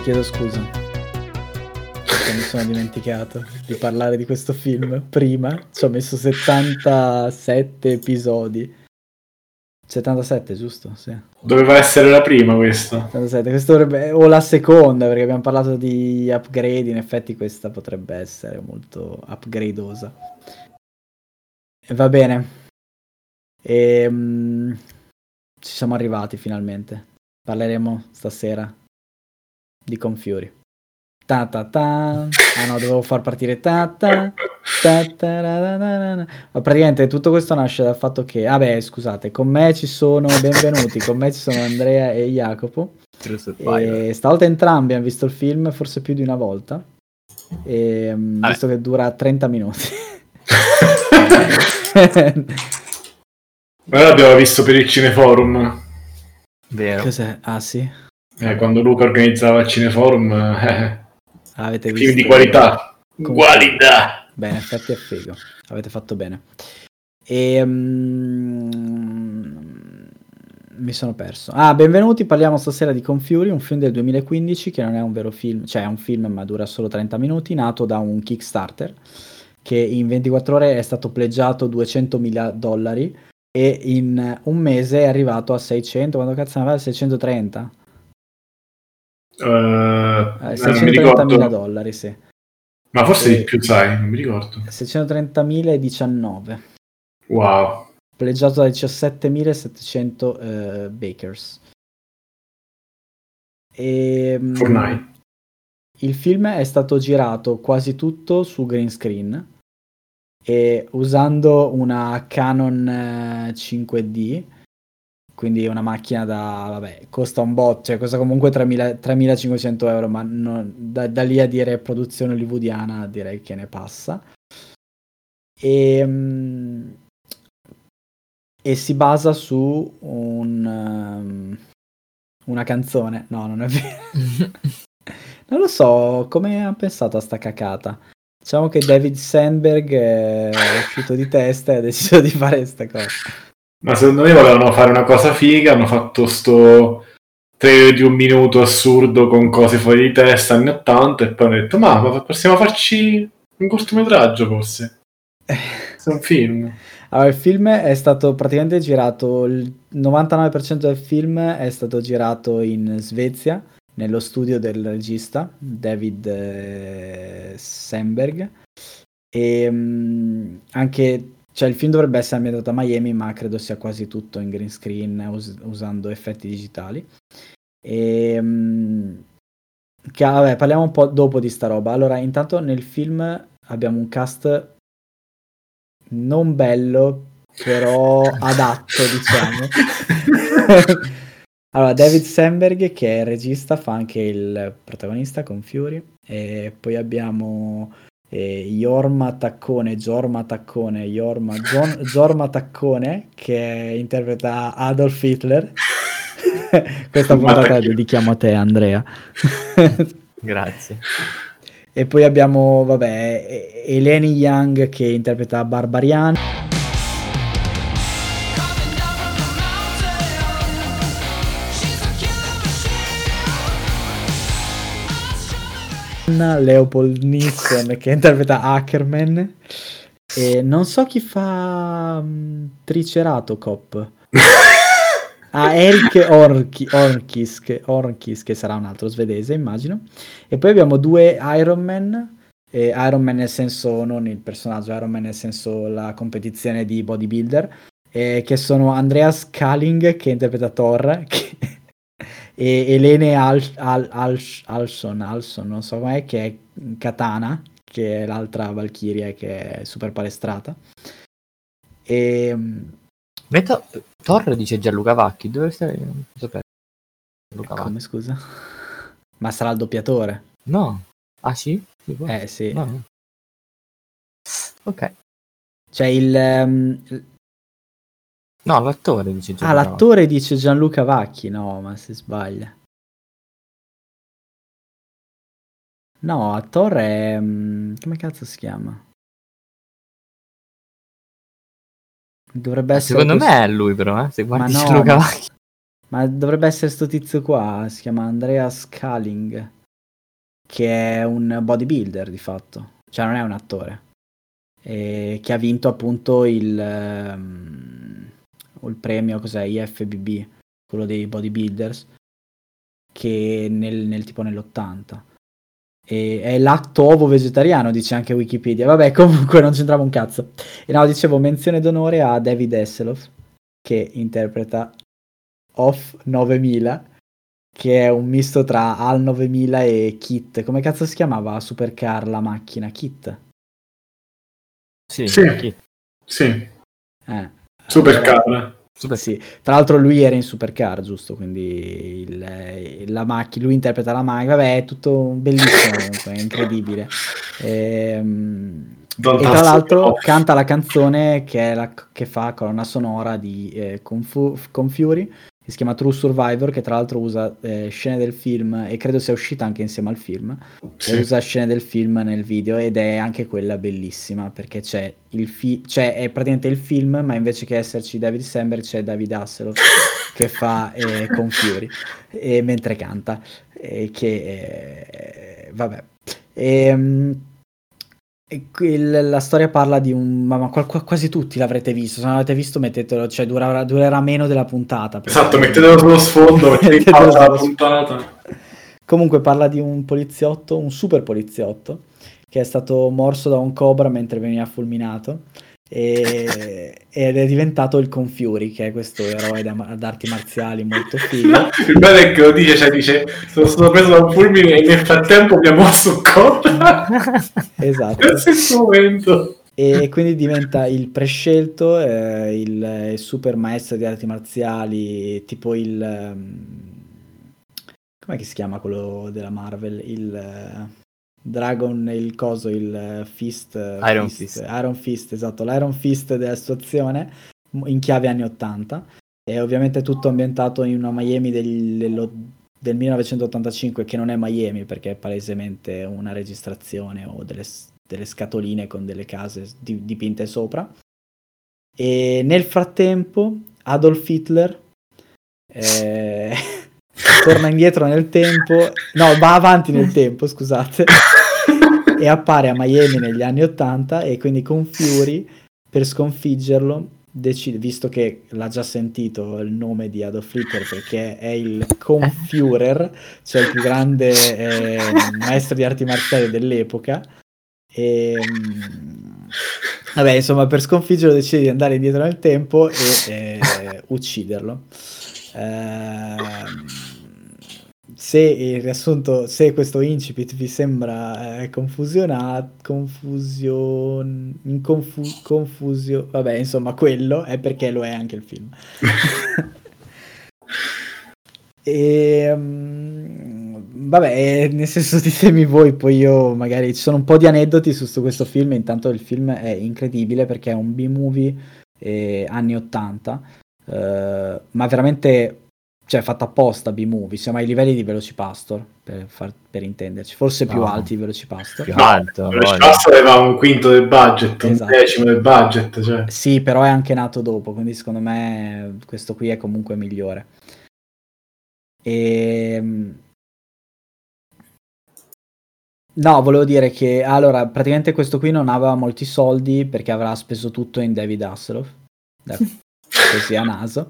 chiedo scusa. Perché mi sono dimenticato di parlare di questo film prima. Ci ho messo 77 episodi. 77, giusto? Sì. Doveva essere la prima questa. 77. Questo dovrebbe... O la seconda, perché abbiamo parlato di upgrade. In effetti questa potrebbe essere molto upgradeosa. E va bene. Ci siamo arrivati finalmente. Parleremo stasera di Confury. Ta ta ta. Ah no, dovevo far partire ta ta. Ma praticamente tutto questo nasce dal fatto che, scusate, con me ci sono, benvenuti, con me ci sono Andrea e Jacopo. E stavolta entrambi hanno visto il film forse più di una volta, visto che dura 30 minuti. Noi l'abbiamo visto per il Cineforum. Vero. Cos'è? Ah sì? Quando Luca organizzava il Cineforum, avete film visto di qualità. Qualità! Beh, in effetti è figo. Avete fatto bene. E mi sono perso. Benvenuti, parliamo stasera di Confury, un film del 2015 che non è un vero film, cioè è un film ma dura solo 30 minuti, nato da un Kickstarter che in 24 ore è stato pleggiato $200.000 e in un mese è arrivato a 600, quando cazzo ne va? 630? $630.000, sì. Ma forse di più, sai, non mi ricordo. 630.019. Wow. Pleggiato da 17.700 bakers. Fortnite. Il film è stato girato quasi tutto su green screen e usando una Canon 5D, quindi una macchina costa un bot, cioè costa comunque 3.500 euro, ma da lì a dire produzione hollywoodiana direi che ne passa. E si basa su una canzone. No, non è vero. Non lo so come ha pensato a sta cacata. Diciamo che David Sandberg è uscito di testa e ha deciso di fare queste cose. Ma secondo me volevano fare una cosa figa, hanno fatto sto trailer di 1 minuto assurdo con cose fuori di testa anni 80 e poi hanno detto ma possiamo farci un cortometraggio forse? È un film. Allora, il film è stato praticamente girato, il 99% del film è stato girato in Svezia, nello studio del regista David Sandberg, e anche, cioè il film dovrebbe essere ambientato a Miami, ma credo sia quasi tutto in green screen usando effetti digitali. Parliamo un po' dopo di sta roba. Allora, intanto nel film abbiamo un cast non bello, però adatto, diciamo. Allora, David Sandberg, che è il regista, fa anche il protagonista con Fury. E poi abbiamo Jorma Taccone, che interpreta Adolf Hitler. Questa puntata la dedichiamo a te, Andrea. Grazie. E poi abbiamo, Eleni Young che interpreta Barbarian. Leopold Nilsson che interpreta Ackerman. E non so chi fa Triceratocop. Eric Orkis, che sarà un altro svedese, immagino. E poi abbiamo 2 Iron Man. Iron Man nel senso, non il personaggio, Iron Man nel senso la competizione di bodybuilder, che sono Andreas Kaling, che interpreta Thor, e Elene Alson, non so com'è, che è Katana, che è l'altra Valkyria che è super palestrata. Thor dice Gianluca Vacchi, dove stai? Come, scusa? Ma sarà il doppiatore? No. Ah sì? Sì. No. Ok. Cioè no, l'attore dice Gianluca l'attore Vacchi. dice Gianluca Vacchi, no, ma si sbaglia. No, Thor è... come cazzo si chiama? Dovrebbe essere secondo me è lui però, se guardi Gianluca Vacchi. Ma dovrebbe essere sto tizio qua, si chiama Andreas Kaling. che è un bodybuilder di fatto, cioè non è un attore, che ha vinto appunto il premio, cos'è, IFBB, quello dei bodybuilders, che nel tipo nell'80. E è l'atto ovo vegetariano, dice anche Wikipedia. Vabbè, comunque non c'entrava un cazzo. E no, dicevo, menzione d'onore a David Hasselhoff, che interpreta Off 9000, che è un misto tra Al 9000 e Kit. Come cazzo si chiamava Supercar la macchina? Kit? Sì. Supercar. Sì, tra l'altro lui era in Supercar, giusto? Quindi la macchina, lui interpreta la macchina, vabbè, è tutto bellissimo, comunque, è incredibile. E tra l'altro canta la canzone che fa colonna sonora di Kung Fury, che si chiama True Survivor, che tra l'altro usa scene del film, e credo sia uscita anche insieme al film, e usa scene del film nel video, ed è anche quella bellissima, perché c'è cioè è praticamente il film, ma invece che esserci David Samberg c'è David Hasselhoff che fa Kung Fury mentre canta, vabbè. La storia parla di ma quasi tutti l'avrete visto, se non l'avete visto mettetelo, cioè durerà meno della puntata. Esatto, mettetelo sullo sfondo, mettete in pausa la puntata. Comunque parla di un poliziotto, un super poliziotto, che è stato morso da un cobra mentre veniva fulminato, ed è diventato il Kung Fury, che è questo eroe d'arti marziali molto figo. Il bello è che lo dice sono stato preso da un fulmine e nel frattempo mi ha morso un cobra. Esatto. Nel stesso momento. E quindi diventa il prescelto, il super maestro di arti marziali, tipo com'è che si chiama quello della Marvel? Il Dragon, il coso, il Fist. Iron Fist. Iron Fist, esatto, l'Iron Fist della situazione, in chiave anni 80. È ovviamente tutto ambientato in una Miami del 1985, che non è Miami, perché è palesemente una registrazione o delle scatoline con delle case dipinte sopra. E nel frattempo Adolf Hitler torna indietro nel tempo, no, va avanti nel tempo, scusate, e appare a Miami negli anni 80, e quindi Kung Fury, per sconfiggerlo, decide, visto che l'ha già sentito il nome di Adolf Hitler, perché è il Kung Führer, cioè il più grande maestro di arti marziali dell'epoca, e vabbè, insomma, per sconfiggerlo decide di andare indietro nel tempo e ucciderlo. Se il riassunto, se questo incipit vi sembra confusione, vabbè, insomma, quello è perché lo è anche il film. Vabbè, nel senso, ditemi voi, poi io magari, ci sono un po' di aneddoti su questo film. Intanto il film è incredibile perché è un B-movie anni 80, ma veramente, cioè, fatto apposta B-movie, siamo ai livelli di Velocipastor, per intenderci, forse più alti di Velocipastor. Più alto. Velocipastor aveva un quinto del budget, esatto. Un decimo del budget, cioè. Sì, però è anche nato dopo, quindi secondo me questo qui è comunque migliore. No, volevo dire che allora praticamente questo qui non aveva molti soldi perché avrà speso tutto in David Hasselhoff, così a naso.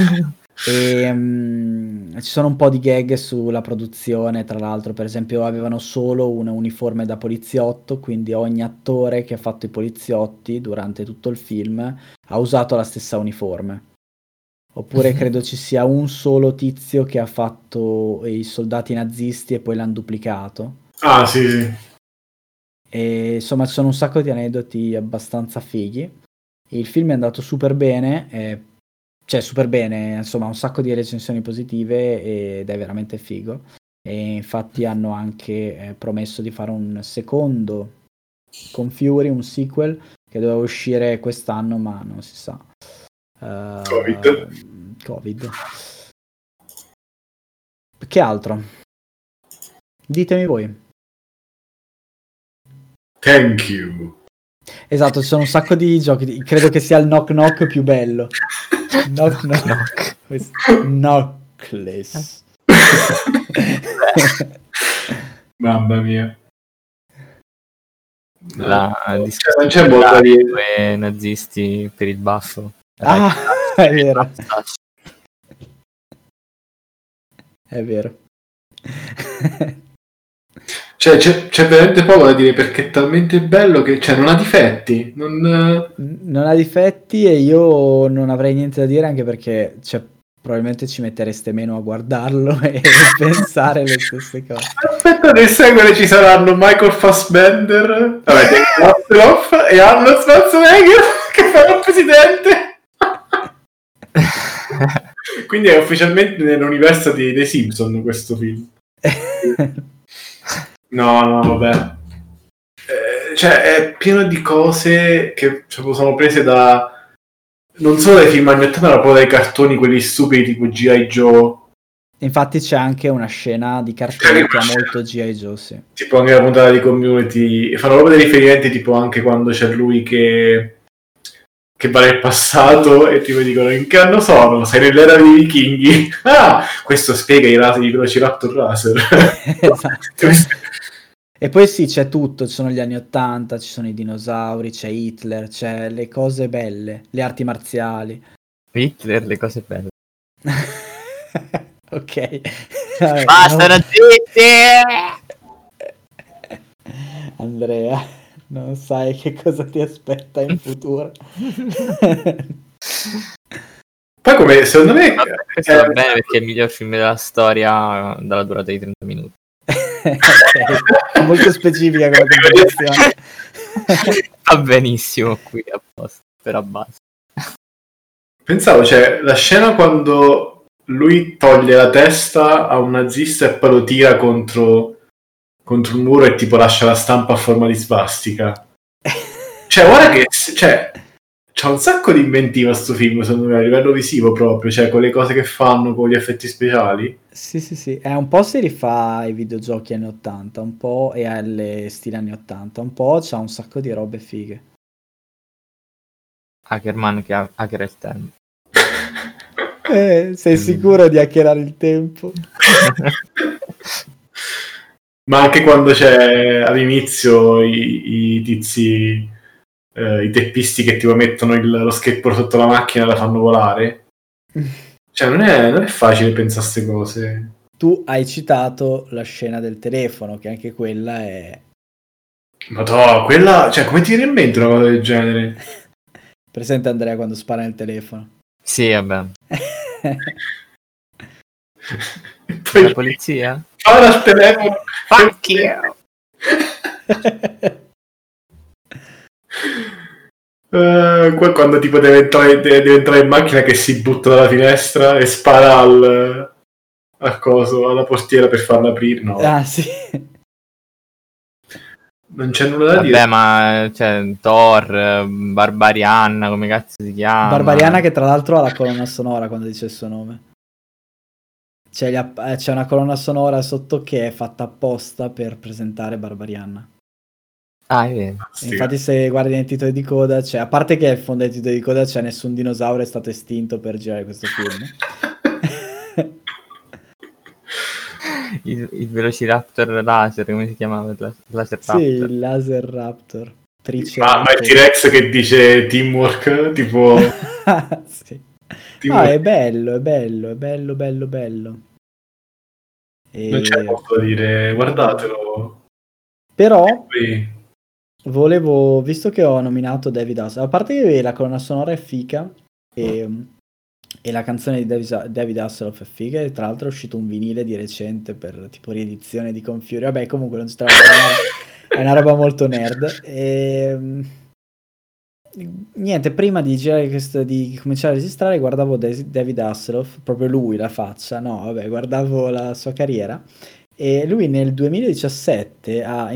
E ci sono un po' di gag sulla produzione, tra l'altro. Per esempio avevano solo un uniforme da poliziotto, quindi ogni attore che ha fatto i poliziotti durante tutto il film ha usato la stessa uniforme. Oppure credo ci sia un solo tizio che ha fatto i soldati nazisti e poi l'hanno duplicato. Ah, sì. E insomma, ci sono un sacco di aneddoti abbastanza fighi. Il film è andato super bene, cioè super bene, insomma, un sacco di recensioni positive ed è veramente figo. E infatti hanno anche promesso di fare un secondo Kung Fury, un sequel che doveva uscire quest'anno, ma non si sa. Covid. Che altro? Ditemi voi. Thank you. Esatto, ci sono un sacco di giochi. Credo che sia il Knock Knock più bello. Knock. Knockless. Mamma mia. La non discussione c'è molto da dire. dei nazisti per il baffo. Ah, è vero. È vero. Cioè, c'è veramente poco da dire perché è talmente bello che non ha difetti. Non ha difetti e io non avrei niente da dire, anche perché probabilmente ci mettereste meno a guardarlo e pensare le stesse cose. Aspetta, nel seguire ci saranno Michael Fassbender, Hasselhoff e Arnold Schwarzenegger che farà il presidente. Quindi è ufficialmente nell'universo dei Simpson questo film. No, vabbè. Cioè, è pieno di cose che sono prese da... Non solo dai film anni 80, ma proprio dai cartoni, quelli stupidi tipo G.I. Joe. Infatti c'è anche una scena di cartone che ha molto G.I. Joe, sì. Tipo anche la puntata di Community. E fanno proprio dei riferimenti, tipo anche quando c'è lui che va nel passato e tipo dicono: in che anno sono? Sei nell'era dei vichinghi. Ah, questo spiega i rasi di Velociraptor Racer. Esatto. E poi sì, c'è tutto, ci sono gli anni 80, ci sono i dinosauri, c'è Hitler, c'è le cose belle, le arti marziali. Hitler, le cose belle. Ok. Basta, nazisti! Andrea, non sai che cosa ti aspetta in futuro. Poi come, secondo me... Questo va bene perché è il miglior film della storia dalla durata di 30 minuti. Okay. È molto specifica come competizione. Va benissimo qui apposta, però basta. Pensavo, la scena quando lui toglie la testa a un nazista e poi lo tira contro il muro e tipo lascia la stampa a forma di svastica. Guarda che... c'ha un sacco di inventiva sto film, secondo me, a livello visivo proprio, con le cose che fanno, con gli effetti speciali. Sì. È un po' si rifà ai videogiochi anni 80, un po' e alle stile anni 80, un po' c'ha un sacco di robe fighe. Hackerman che hackera il tempo. Sei sicuro di hackerare il tempo? Ma anche quando c'è all'inizio i tizi, i teppisti che tipo mettono lo skateboard sotto la macchina e la fanno volare. Non è facile pensare a queste cose. Tu hai citato la scena del telefono, che anche quella è... Madonna, quella... come ti viene in mente una cosa del genere? Presente Andrea quando spara nel telefono? Sì, vabbè. Poi La polizia? spara al telefono. Fuck you! Quando tipo deve entrare in macchina che si butta dalla finestra e spara al coso, alla portiera per farla aprire. No. Ah, sì. Non c'è nulla da dire. Vabbè, ma Thor, Barbarianna, come cazzo si chiama? Barbarianna che tra l'altro ha la colonna sonora quando dice il suo nome. C'è una colonna sonora sotto che è fatta apposta per presentare Barbarianna. Ah, è vero. Infatti se guardi nei titoli di coda c'è, a parte che al fondo dei titoli di coda c'è nessun dinosauro è stato estinto per girare questo film. il Velociraptor laser, come si chiamava? Laser Raptor. Sì, il Laser Raptor. Ma il T-Rex che dice teamwork, tipo... Sì. Teamwork. È bello. Non c'è molto da dire, guardatelo. Però volevo, visto che ho nominato David Hasselhoff, a parte che la colonna sonora è figa e la canzone di David Hasselhoff è figa, e tra l'altro è uscito un vinile di recente per tipo riedizione di Confury. Vabbè, comunque non si tratta è una roba molto nerd. Niente, prima di cominciare a registrare guardavo David Hasselhoff, proprio lui, la faccia, guardavo la sua carriera, e lui nel 2017 ha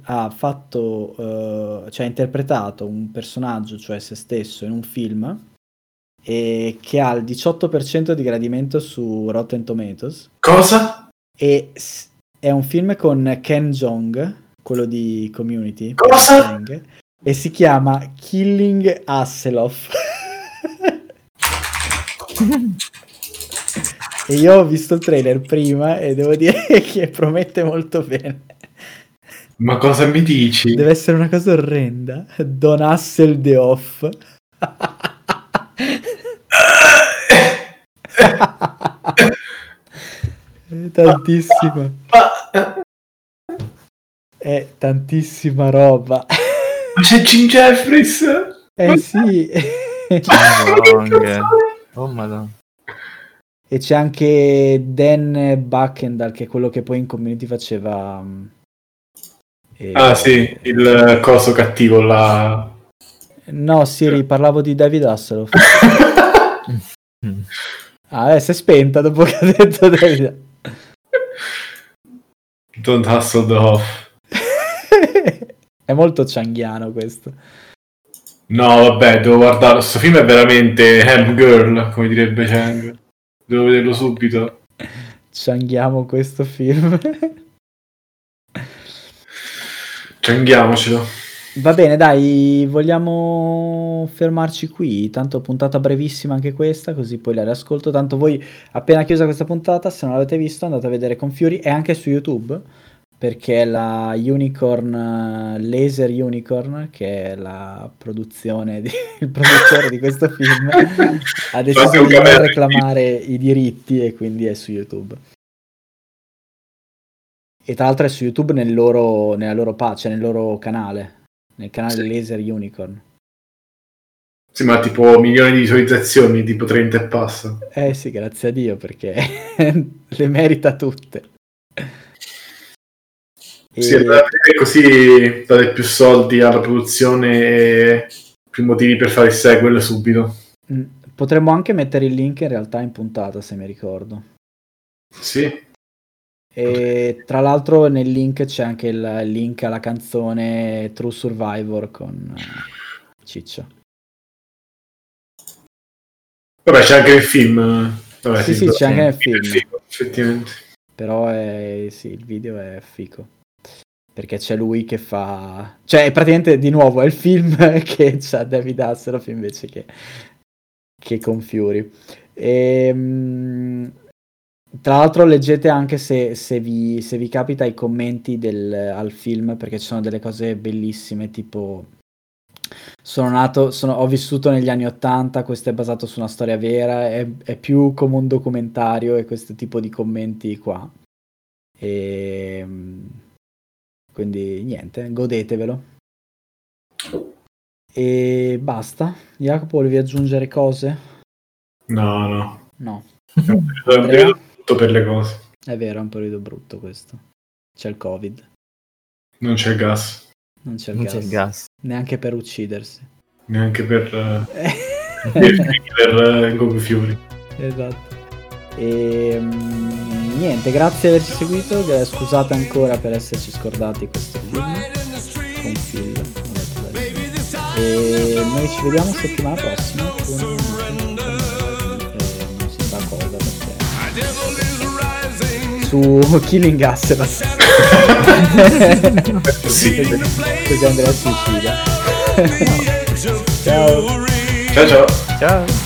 interpretato un personaggio, cioè se stesso, in un film che ha il 18% di gradimento su Rotten Tomatoes. Cosa? E è un film con Ken Jeong, quello di Community. Cosa? E si chiama Killing Hasselhoff. E io ho visto il trailer prima e devo dire che promette molto bene. Ma cosa mi dici? Deve essere una cosa orrenda. Don Hassel The Off. È tantissima. È tantissima roba. Ma c'è Jim Jeffries? Sì. Oh madonna. E c'è anche Dan Buckendall, che è quello che poi in Community faceva... sì, il coso cattivo là. No, Siri, parlavo di David Hasselhoff. Si è spenta dopo che ha detto David. Don't hustle the off. È molto cianghiano questo. No, vabbè, devo guardarlo. Questo film è veramente Ham Girl, come direbbe Chang. Devo vederlo subito. Cianghiamo questo film. Cianghiamocelo. Va bene, dai, vogliamo fermarci qui? Tanto puntata brevissima anche questa, così poi la riascolto. Tanto voi, appena chiusa questa puntata, se non l'avete visto, andate a vedere Confury, e anche su YouTube, perché la Unicorn, Laser Unicorn, che è la produzione, il produttore di questo film, ha deciso di non reclamare i diritti e quindi è su YouTube. E tra l'altro è su YouTube nella loro page, nel loro canale. Nel canale Laser Unicorn. Sì, ma tipo milioni di visualizzazioni, tipo 30 e passa. Sì, grazie a Dio, perché le merita tutte. Sì, così date più soldi alla produzione e più motivi per fare il sequel subito. Potremmo anche mettere il link in realtà in puntata, se mi ricordo. Sì. E tra l'altro nel link c'è anche il link alla canzone True Survivor con Ciccio. Vabbè, c'è anche il film. Vabbè, sì, c'è anche nel film. Figo, effettivamente. Però sì, il video è figo. Perché c'è lui che fa... Cioè, praticamente, di nuovo, è il film che c'ha David Hasselhoff invece che con Fury. Tra l'altro leggete anche se vi capita i commenti al film, perché ci sono delle cose bellissime, tipo ho vissuto negli anni '80, questo è basato su una storia vera, è più come un documentario, e questo tipo di commenti qua. Quindi niente, godetevelo. E basta. Jacopo, volevi aggiungere cose? No. È un periodo brutto per le cose. È vero, è un periodo brutto questo. C'è il Covid. Non c'è il gas. Non c'è il gas. Neanche per uccidersi. Neanche per per Confury. Esatto. Niente, grazie di averci seguito. Scusate ancora per esserci scordati questo film con Phil. E noi ci vediamo settimana prossima con non si sa cosa, perché su Killing Us. Sì. Così Andrea suicida. Ciao.